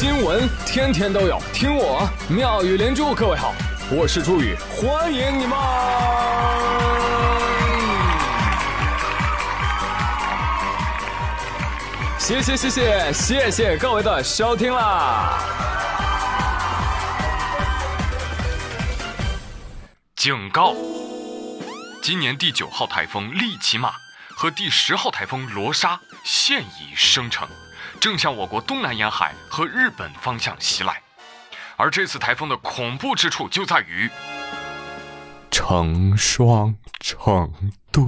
新闻天天都有，听我妙语连珠。各位好，我是朱宇，欢迎你们。谢谢各位的收听啦！ 警告：今年第9号台风利奇马和第10号台风罗莎现已生成，正向我国东南沿海和日本方向袭来。而这次台风的恐怖之处就在于成双成对。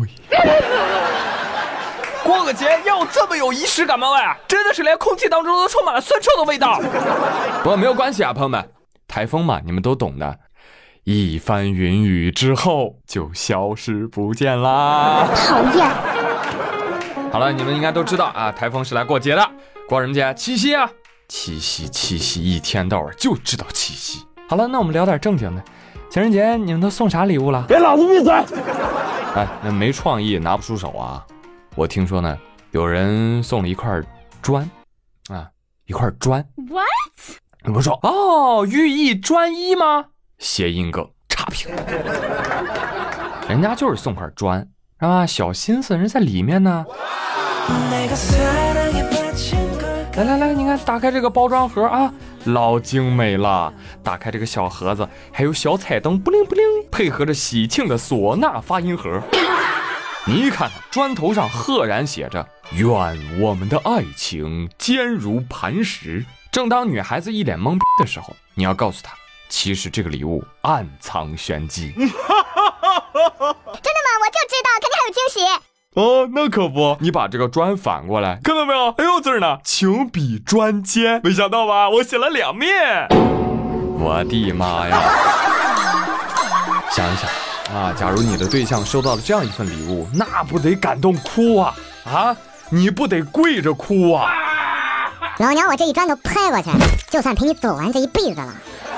过个节要这么有仪式感吗？喂，真的是连空气当中都充满了酸臭的味道。 不过没有关系啊，朋友们，台风嘛，你们都懂的。一番云雨之后就消失不见啦。 讨厌。 好了，你们应该都知道啊，台风是来过节的，过什么节？七夕啊！七夕，一天到晚就知道七夕。好了，那我们聊点正经的。情人节你们都送啥礼物了？ 给老子闭嘴！ 哎，那没创意拿不出手啊。我听说呢，有人送了一块砖，啊，一块砖。 What？ 你不说哦，寓意专一吗？谐音梗，差评。人家就是送块砖，是吧？小心思人在里面呢。来，你看，打开这个包装盒啊，老精美了。打开这个小盒子，还有小彩灯，不灵不灵，配合着喜庆的唢呐发音盒。你一看，砖头上赫然写着“愿我们的爱情坚如磐石”。正当女孩子一脸懵逼的时候，你要告诉她，其实这个礼物暗藏玄机。 真的吗？我就知道，肯定还有惊喜。 哦，那可不，你把这个砖反过来，看到没有？还有字呢，情比砖坚。没想到吧？我写了2面。我的妈呀！想一想啊，假如你的对象收到了这样一份礼物，那不得感动哭啊！啊，你不得跪着哭啊！ 老娘我这一砖头拍过去，就算陪你走完这一辈子了。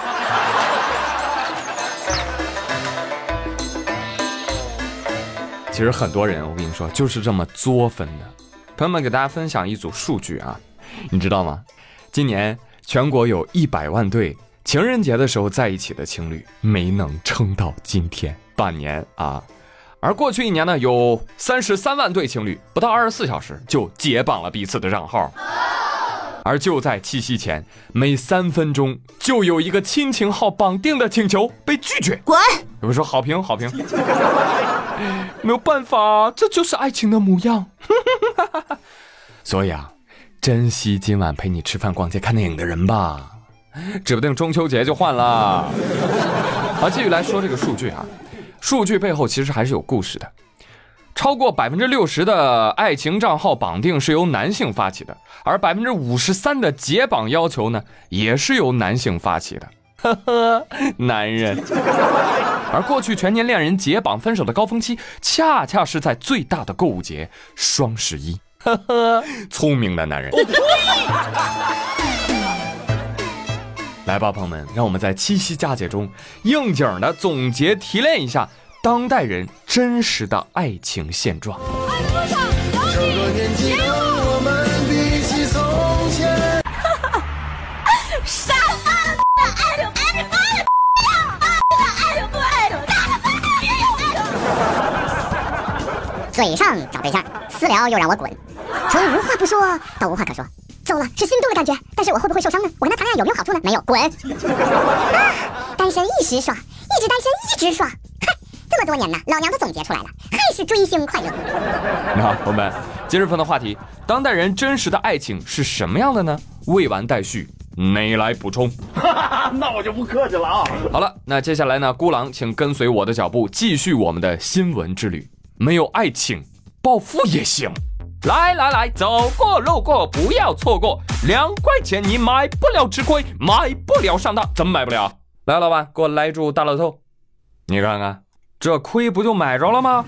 其实很多人，我跟你说，就是这么作分的。朋友们，给大家分享一组数据啊，你知道吗？今年全国有100万对情人节的时候在一起的情侣没能撑到今天半年啊。而过去1年呢，有33万对情侣不到24小时就解绑了彼此的账号。而就在七夕前，每3分钟就有一个亲情号绑定的请求被拒绝。 滚！ 有人说好评。没有办法，这就是爱情的模样。所以啊，珍惜今晚陪你吃饭、逛街、看电影的人吧，指不定中秋节就换了。好，继续来说这个数据啊，数据背后其实还是有故事的。超过60%的爱情账号绑定是由男性发起的，而53%的解绑要求呢，也是由男性发起的。呵呵，男人。而过去全年恋人解绑分手的高峰期，恰恰是在最大的购物节双11。呵呵，聪明的男人。来吧，朋友们，让我们在七夕佳节中应景的总结提炼一下当代人真实的爱情现状。 爱的路上有你，节目我们比起从前。傻瓜的爱情，爱情爱情不爱情，大的也有爱情。 嘴上找对象，私聊又让我滚，从无话不说到无话可说。走了是心动的感觉，但是我会不会受伤呢？我跟他谈恋爱有没有好处呢？没有，滚！单身一时爽，一直单身一直爽。嗨，这么多年呢，老娘都总结出来了，还是追星快乐。 那朋友们，今日份的话题，当代人真实的爱情是什么样的呢？未完待续，哪来补充？ 那我就不客气了啊。 好了，那接下来呢，孤狼请跟随我的脚步，继续我们的新闻之旅。没有爱情，暴富也行。来，走过路过不要错过，2块钱你买不了吃亏，买不了上当，怎么买不了？来，老板，给我来注大乐透。你看看，这亏不就买着了吗？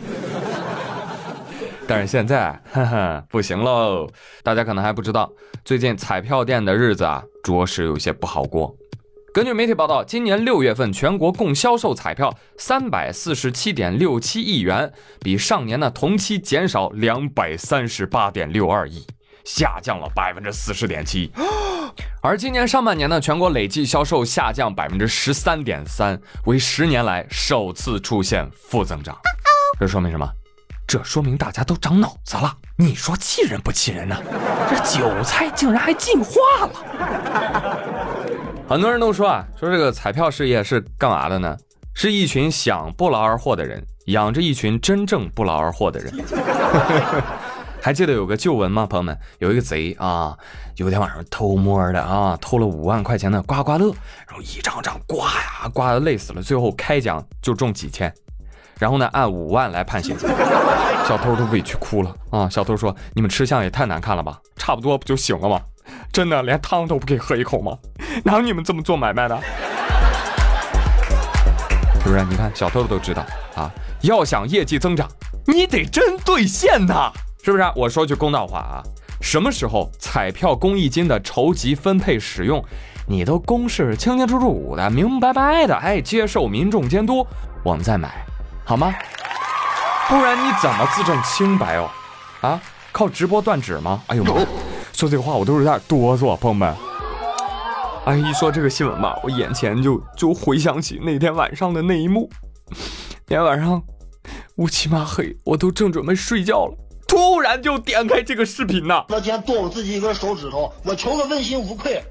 但是现在，不行喽。大家可能还不知道，最近彩票店的日子啊，着实有些不好过。根据媒体报道，今年6月份全国共销售彩票347.67亿元，比上年的同期减少238.62亿，下降了40.7%。 而今年上半年呢，全国累计销售下降13.3%，为10年来首次出现负增长。这说明什么？这说明大家都长脑子了。你说气人不气人呢？这韭菜竟然还进化了。很多人都说说这个彩票事业是干嘛的呢？是一群想不劳而获的人养着一群真正不劳而获的人。还记得有个旧闻吗，朋友们？有一个贼啊，有天晚上偷摸的偷了5万块钱的刮刮乐，然后一张张刮呀，刮得累死了，最后开奖就中几千，然后呢按5万来判刑。小偷都委屈哭了小偷说：“你们吃相也太难看了吧，差不多不就行了吗？真的连汤都不给喝一口吗？哪有你们这么做买卖的？”是不是？你看小偷都知道要想业绩增长，你得真兑现呐。是不是？我说句公道话什么时候彩票公益金的筹集分配使用，你都公示清清楚楚的、明明白白的，接受民众监督，我们再买，好吗？不然你怎么自证清白靠直播断指吗？哎呦妈！说这个话我都有点哆嗦，朋友们。一说这个新闻吧，我眼前就回想起那天晚上的那一幕。那天晚上乌漆嘛黑，我都正准备睡觉了。突然就点开这个视频呐！ 我今天剁我自己一根手指头，我求个问心无愧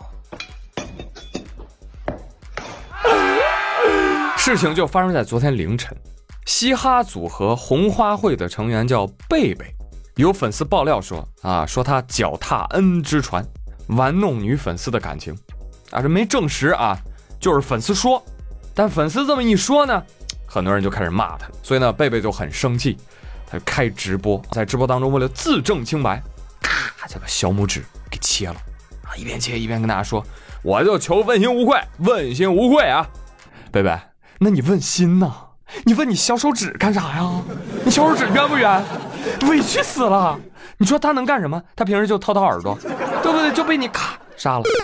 事情就发生在昨天凌晨，嘻哈组合红花会的成员叫贝贝，有粉丝爆料说说他脚踏 N 之船，玩弄女粉丝的感情这没证实就是粉丝说，但粉丝这么一说呢，很多人就开始骂他，所以呢，贝贝就很生气。他就开直播，在直播当中为了自证清白，就把小拇指给切了一边切一边跟大家说：“我就求问心无愧，问心无愧啊！”贝贝，那你问心呢？你问你小手指干啥呀？你小手指冤不冤？委屈死了！你说他能干什么？他平时就掏耳朵，对不对？就被你咔杀了。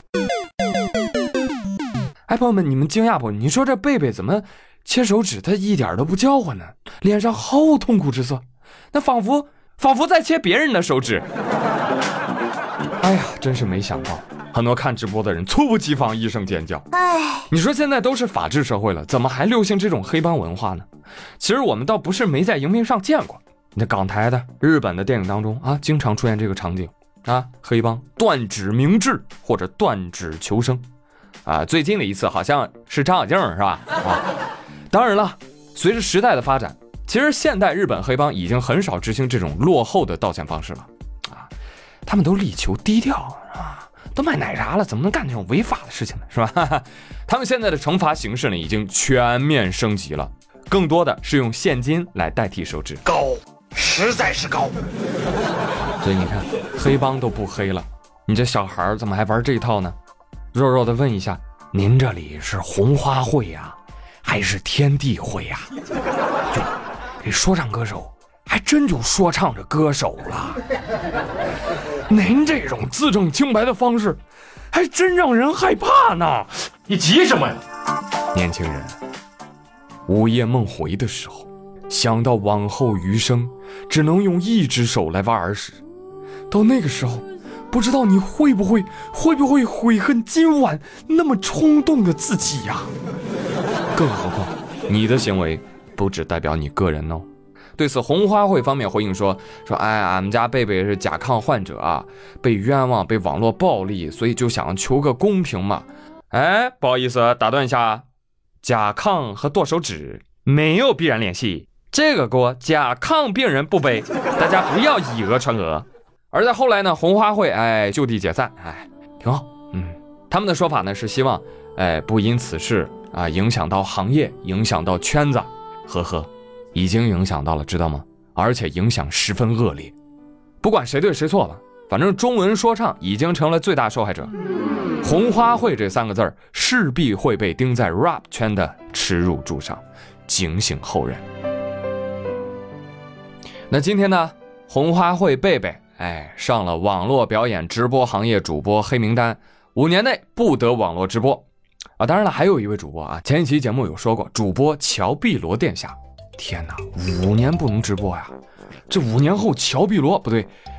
朋友们，你们惊讶不？你说这贝贝怎么切手指他一点都不叫唤呢？脸上毫无痛苦之色。那仿佛在切别人的手指。哎呀，真是没想到，很多看直播的人猝不及防一声尖叫。你说现在都是法治社会了，怎么还流行这种黑帮文化呢？其实我们倒不是没在荧屏上见过，那港台的、日本的电影当中经常出现这个场景黑帮断指明志或者断指求生最近的一次好像是张小静是吧？当然了，随着时代的发展，其实现代日本黑帮已经很少执行这种落后的道歉方式了他们都力求低调都卖奶茶了，怎么能干这种违法的事情呢？是吧？他们现在的惩罚形式呢，已经全面升级了，更多的是用现金来代替手指， 高，实在是高。 所以你看，黑帮都不黑了，你这小孩怎么还玩这一套呢？肉肉的问一下，您这里是红花会还是天地会就这说唱歌手还真就说唱着歌手了。您这种自证清白的方式还真让人害怕呢。 你急什么呀？ 年轻人，午夜梦回的时候，想到往后余生只能用一只手来挖耳屎，到那个时候不知道你会不会悔恨今晚那么冲动的自己更何况你的行为不只代表你个人哦。对此，红花会方面回应说俺们家贝贝是甲亢患者被冤枉，被网络暴力，所以就想求个公平嘛。不好意思打断一下，甲亢和剁手指没有必然联系，这个锅甲亢病人不背，大家不要以讹传讹。而在后来呢，红花会就地解散，挺好。他们的说法呢是希望不因此事影响到行业，影响到圈子。已经影响到了，知道吗？而且影响十分恶劣。不管谁对谁错吧，反正中文说唱已经成了最大受害者。红花会这3个字势必会被钉在 rap 圈的耻辱柱上，警醒后人。那今天呢，红花会贝贝上了网络表演直播行业主播黑名单，5年内不得网络直播当然了，还有一位主播前一期节目有说过，主播乔碧罗殿下。天哪，5年不能直播呀！这5年后乔碧罗不对，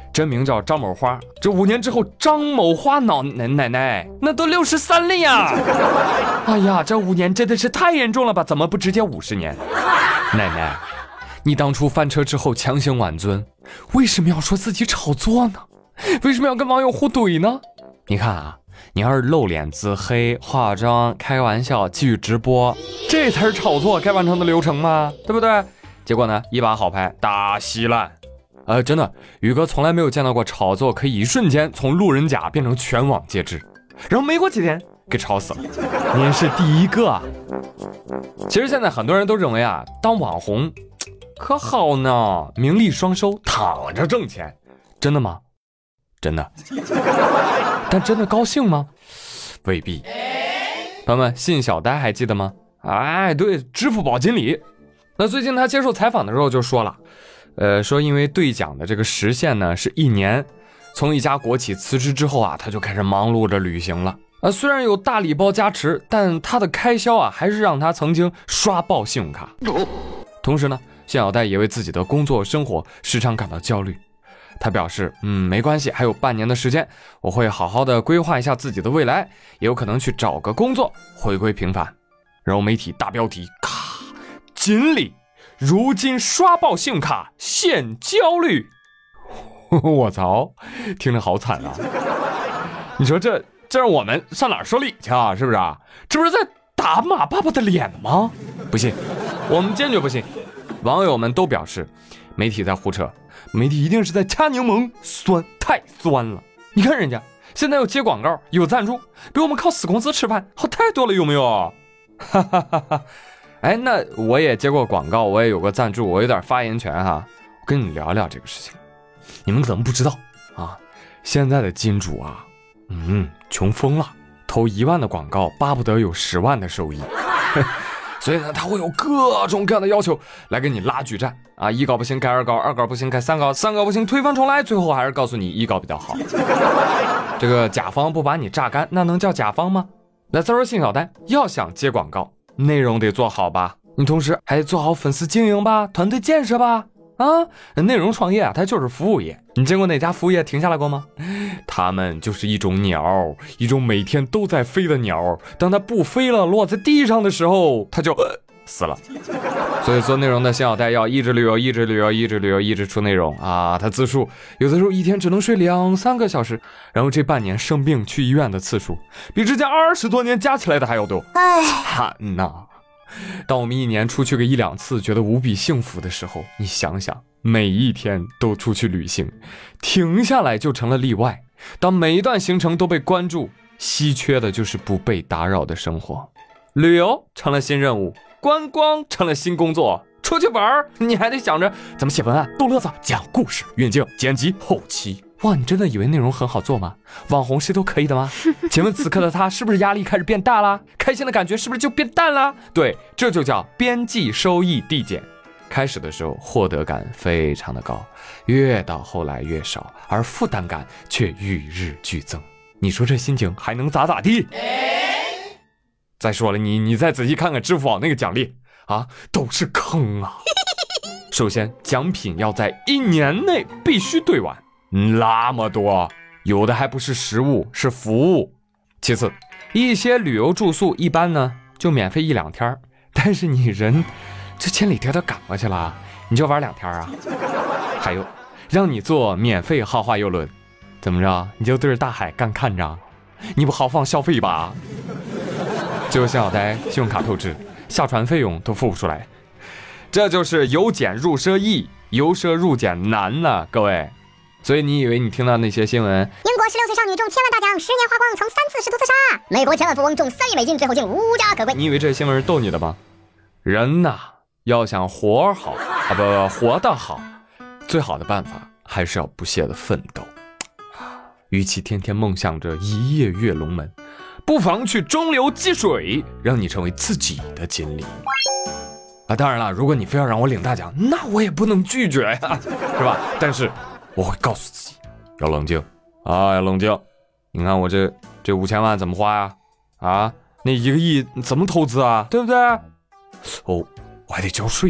真名叫张某花。这5年之后，张某花奶奶那都63了呀！哎呀，这5年真的是太严重了吧？怎么不直接50年？奶奶，你当初翻车之后强行挽尊，为什么要说自己炒作呢？为什么要跟网友互怼呢？你看啊，你要是露脸自黑、化妆、开玩笑、继续直播，这才是炒作该完成的流程嘛，对不对？结果呢，一把好牌大稀烂。真的，宇哥从来没有见到过炒作可以一瞬间从路人甲变成全网皆知，然后没过几天给炒死了。您是第一个啊！其实现在很多人都认为啊，当网红可好呢，名利双收，躺着挣钱。真的吗？真的。但真的高兴吗？未必。朋友们，信小呆还记得吗？哎，对，支付宝经理。那最近他接受采访的时候就说了，说因为兑奖的这个时限呢是1年，从一家国企辞职之后啊，他就开始忙碌着旅行了。虽然有大礼包加持，但他的开销啊还是让他曾经刷爆信用卡。同时呢，信小呆也为自己的工作生活时常感到焦虑。他表示，没关系，还有半年的时间，我会好好的规划一下自己的未来，也有可能去找个工作，回归平凡。然后媒体大标题，咔，锦鲤如今刷爆信用卡现焦虑。我操，听着好惨啊！你说这让我们上哪儿说理去啊？是不是啊？这不是在打马爸爸的脸吗？不信，我们坚决不信。网友们都表示，媒体在胡扯，媒体一定是在掐柠檬，酸，太酸了。你看人家现在有接广告，有赞助，比我们靠死工资吃饭好太多了，有没有？哈哈哈哈！哎，那我也接过广告，我也有过赞助，我有点发言权哈。我跟你聊聊这个事情，你们可能不知道啊，现在的金主啊，穷疯了，投1万的广告，巴不得有10万的收益。所以呢，他会有各种各样的要求来跟你拉锯战啊！1稿不行改2稿，2稿不行改3稿，3稿不行推翻重来，最后还是告诉你1稿比较好。这个甲方不把你榨干，那能叫甲方吗？那再说信小呆，要想接广告，内容得做好吧，你同时还得做好粉丝经营吧，团队建设吧。内容创业啊，它就是服务业。你见过哪家服务业停下来过吗？他们就是一种鸟，一种每天都在飞的鸟。当它不飞了，落在地上的时候，它就死了。所以做内容的信小呆要一直旅游，一直旅游，一直旅游，一直出内容啊。他自述，有的时候一天只能睡2-3个小时，然后这半年生病去医院的次数，比之前20多年加起来的还要多。惨呐！当我们1年出去个1-2次觉得无比幸福的时候，你想想，每一天都出去旅行，停下来就成了例外。当每一段行程都被关注，稀缺的就是不被打扰的生活。旅游成了新任务，观光成了新工作，出去玩你还得想着怎么写文案、逗乐子、讲故事、运镜、剪辑、后期。哇，你真的以为内容很好做吗？网红谁都可以的吗？请问此刻的他是不是压力开始变大了？开心的感觉是不是就变淡了？对，这就叫边际收益递减。开始的时候获得感非常的高，越到后来越少，而负担感却与日俱增。你说这心情还能咋地？再说了，你再仔细看看支付宝那个奖励啊，都是坑啊！首先，奖品要在1年内必须兑完。那么多，有的还不是实物，是服务。其次，一些旅游住宿一般呢就免费1-2天，但是你人这千里迢迢赶过去了，你就玩2天啊？还有，让你坐免费豪华游轮，怎么着你就对着大海干看着？你不豪放消费吧？最后信小呆信用卡透支，下船费用都付不出来，这就是由俭入奢易，由奢入俭难了，各位。所以你以为你听到那些新闻， 英国16岁少女中1000万大奖，10年花光，曾3次试图自杀；美国千万富翁中3亿美金，最后竟无家可归。 你以为这些新闻是逗你的吗？人呐，要想活好活得好，最好的办法还是要不懈的奋斗。与其天天梦想着一夜跃龙门，不妨去中流击水，让你成为自己的锦鲤。当然了，如果你非要让我领大奖，那我也不能拒绝呀，是吧？但是我会告诉自己要冷静啊，要冷静。你看我这5000万怎么花呀？那1个亿怎么投资啊？对不对？我还得交税呢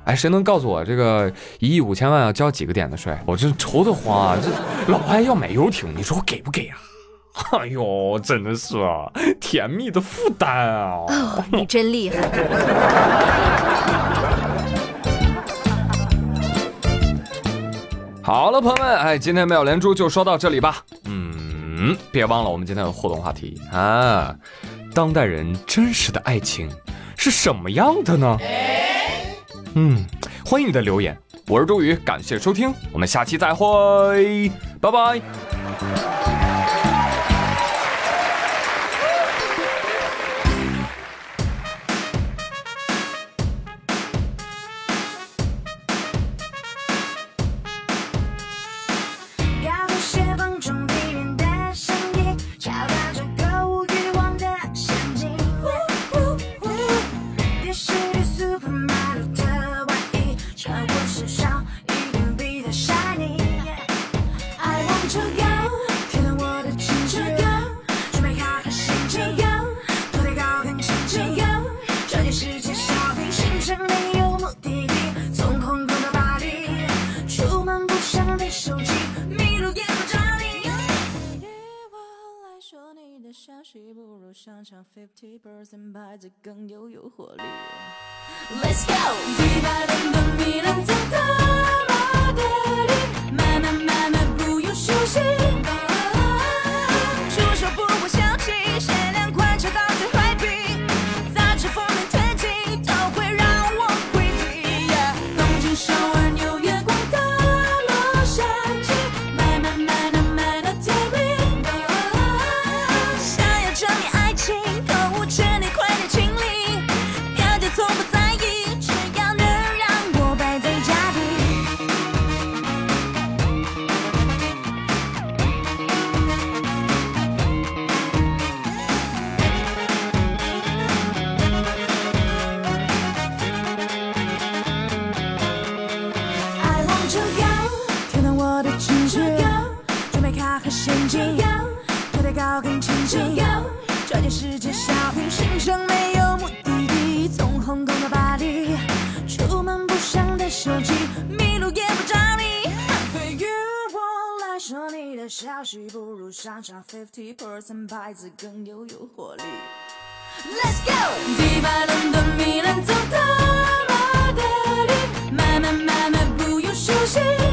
哎，谁能告诉我这个1亿5千万要交几个点的税？我这愁得慌啊！这老婆还要买游艇，你说我给不给啊？哎呦，真的是啊，甜蜜的负担啊！ 哦，你真厉害。 好了，朋友们，哎，今天妙连珠就说到这里吧。别忘了我们今天的互动话题啊，当代人真实的爱情是什么样的呢？欢迎你的留言。我是周宇，感谢收听，我们下期再会，拜拜。 消息不如商场 50% 牌子更有诱惑力。Let's go， 迪拜伦敦米兰走到马德里，慢慢慢慢不用休息，出手不会小气，限量款抢到最坏评，杂志封面推进都会让我 crazy。东京、首尔、纽约、广岛、洛杉矶，慢慢慢慢慢慢 take me。证明爱情，购物圈里快点清理，表姐从不在意，只要能让我摆在家里。I want to go， 挑动我的情绪，准备卡和现金，跳得高更前进。这件世界小平行程没有目的地，从红宫到巴黎，出门不想带手机，迷路也不找你。对于我来说，你的消息不如商场 50% 牌子更有诱惑力。Let's go， 迪拜、伦敦、米兰走到马德里，慢慢慢慢不用休息。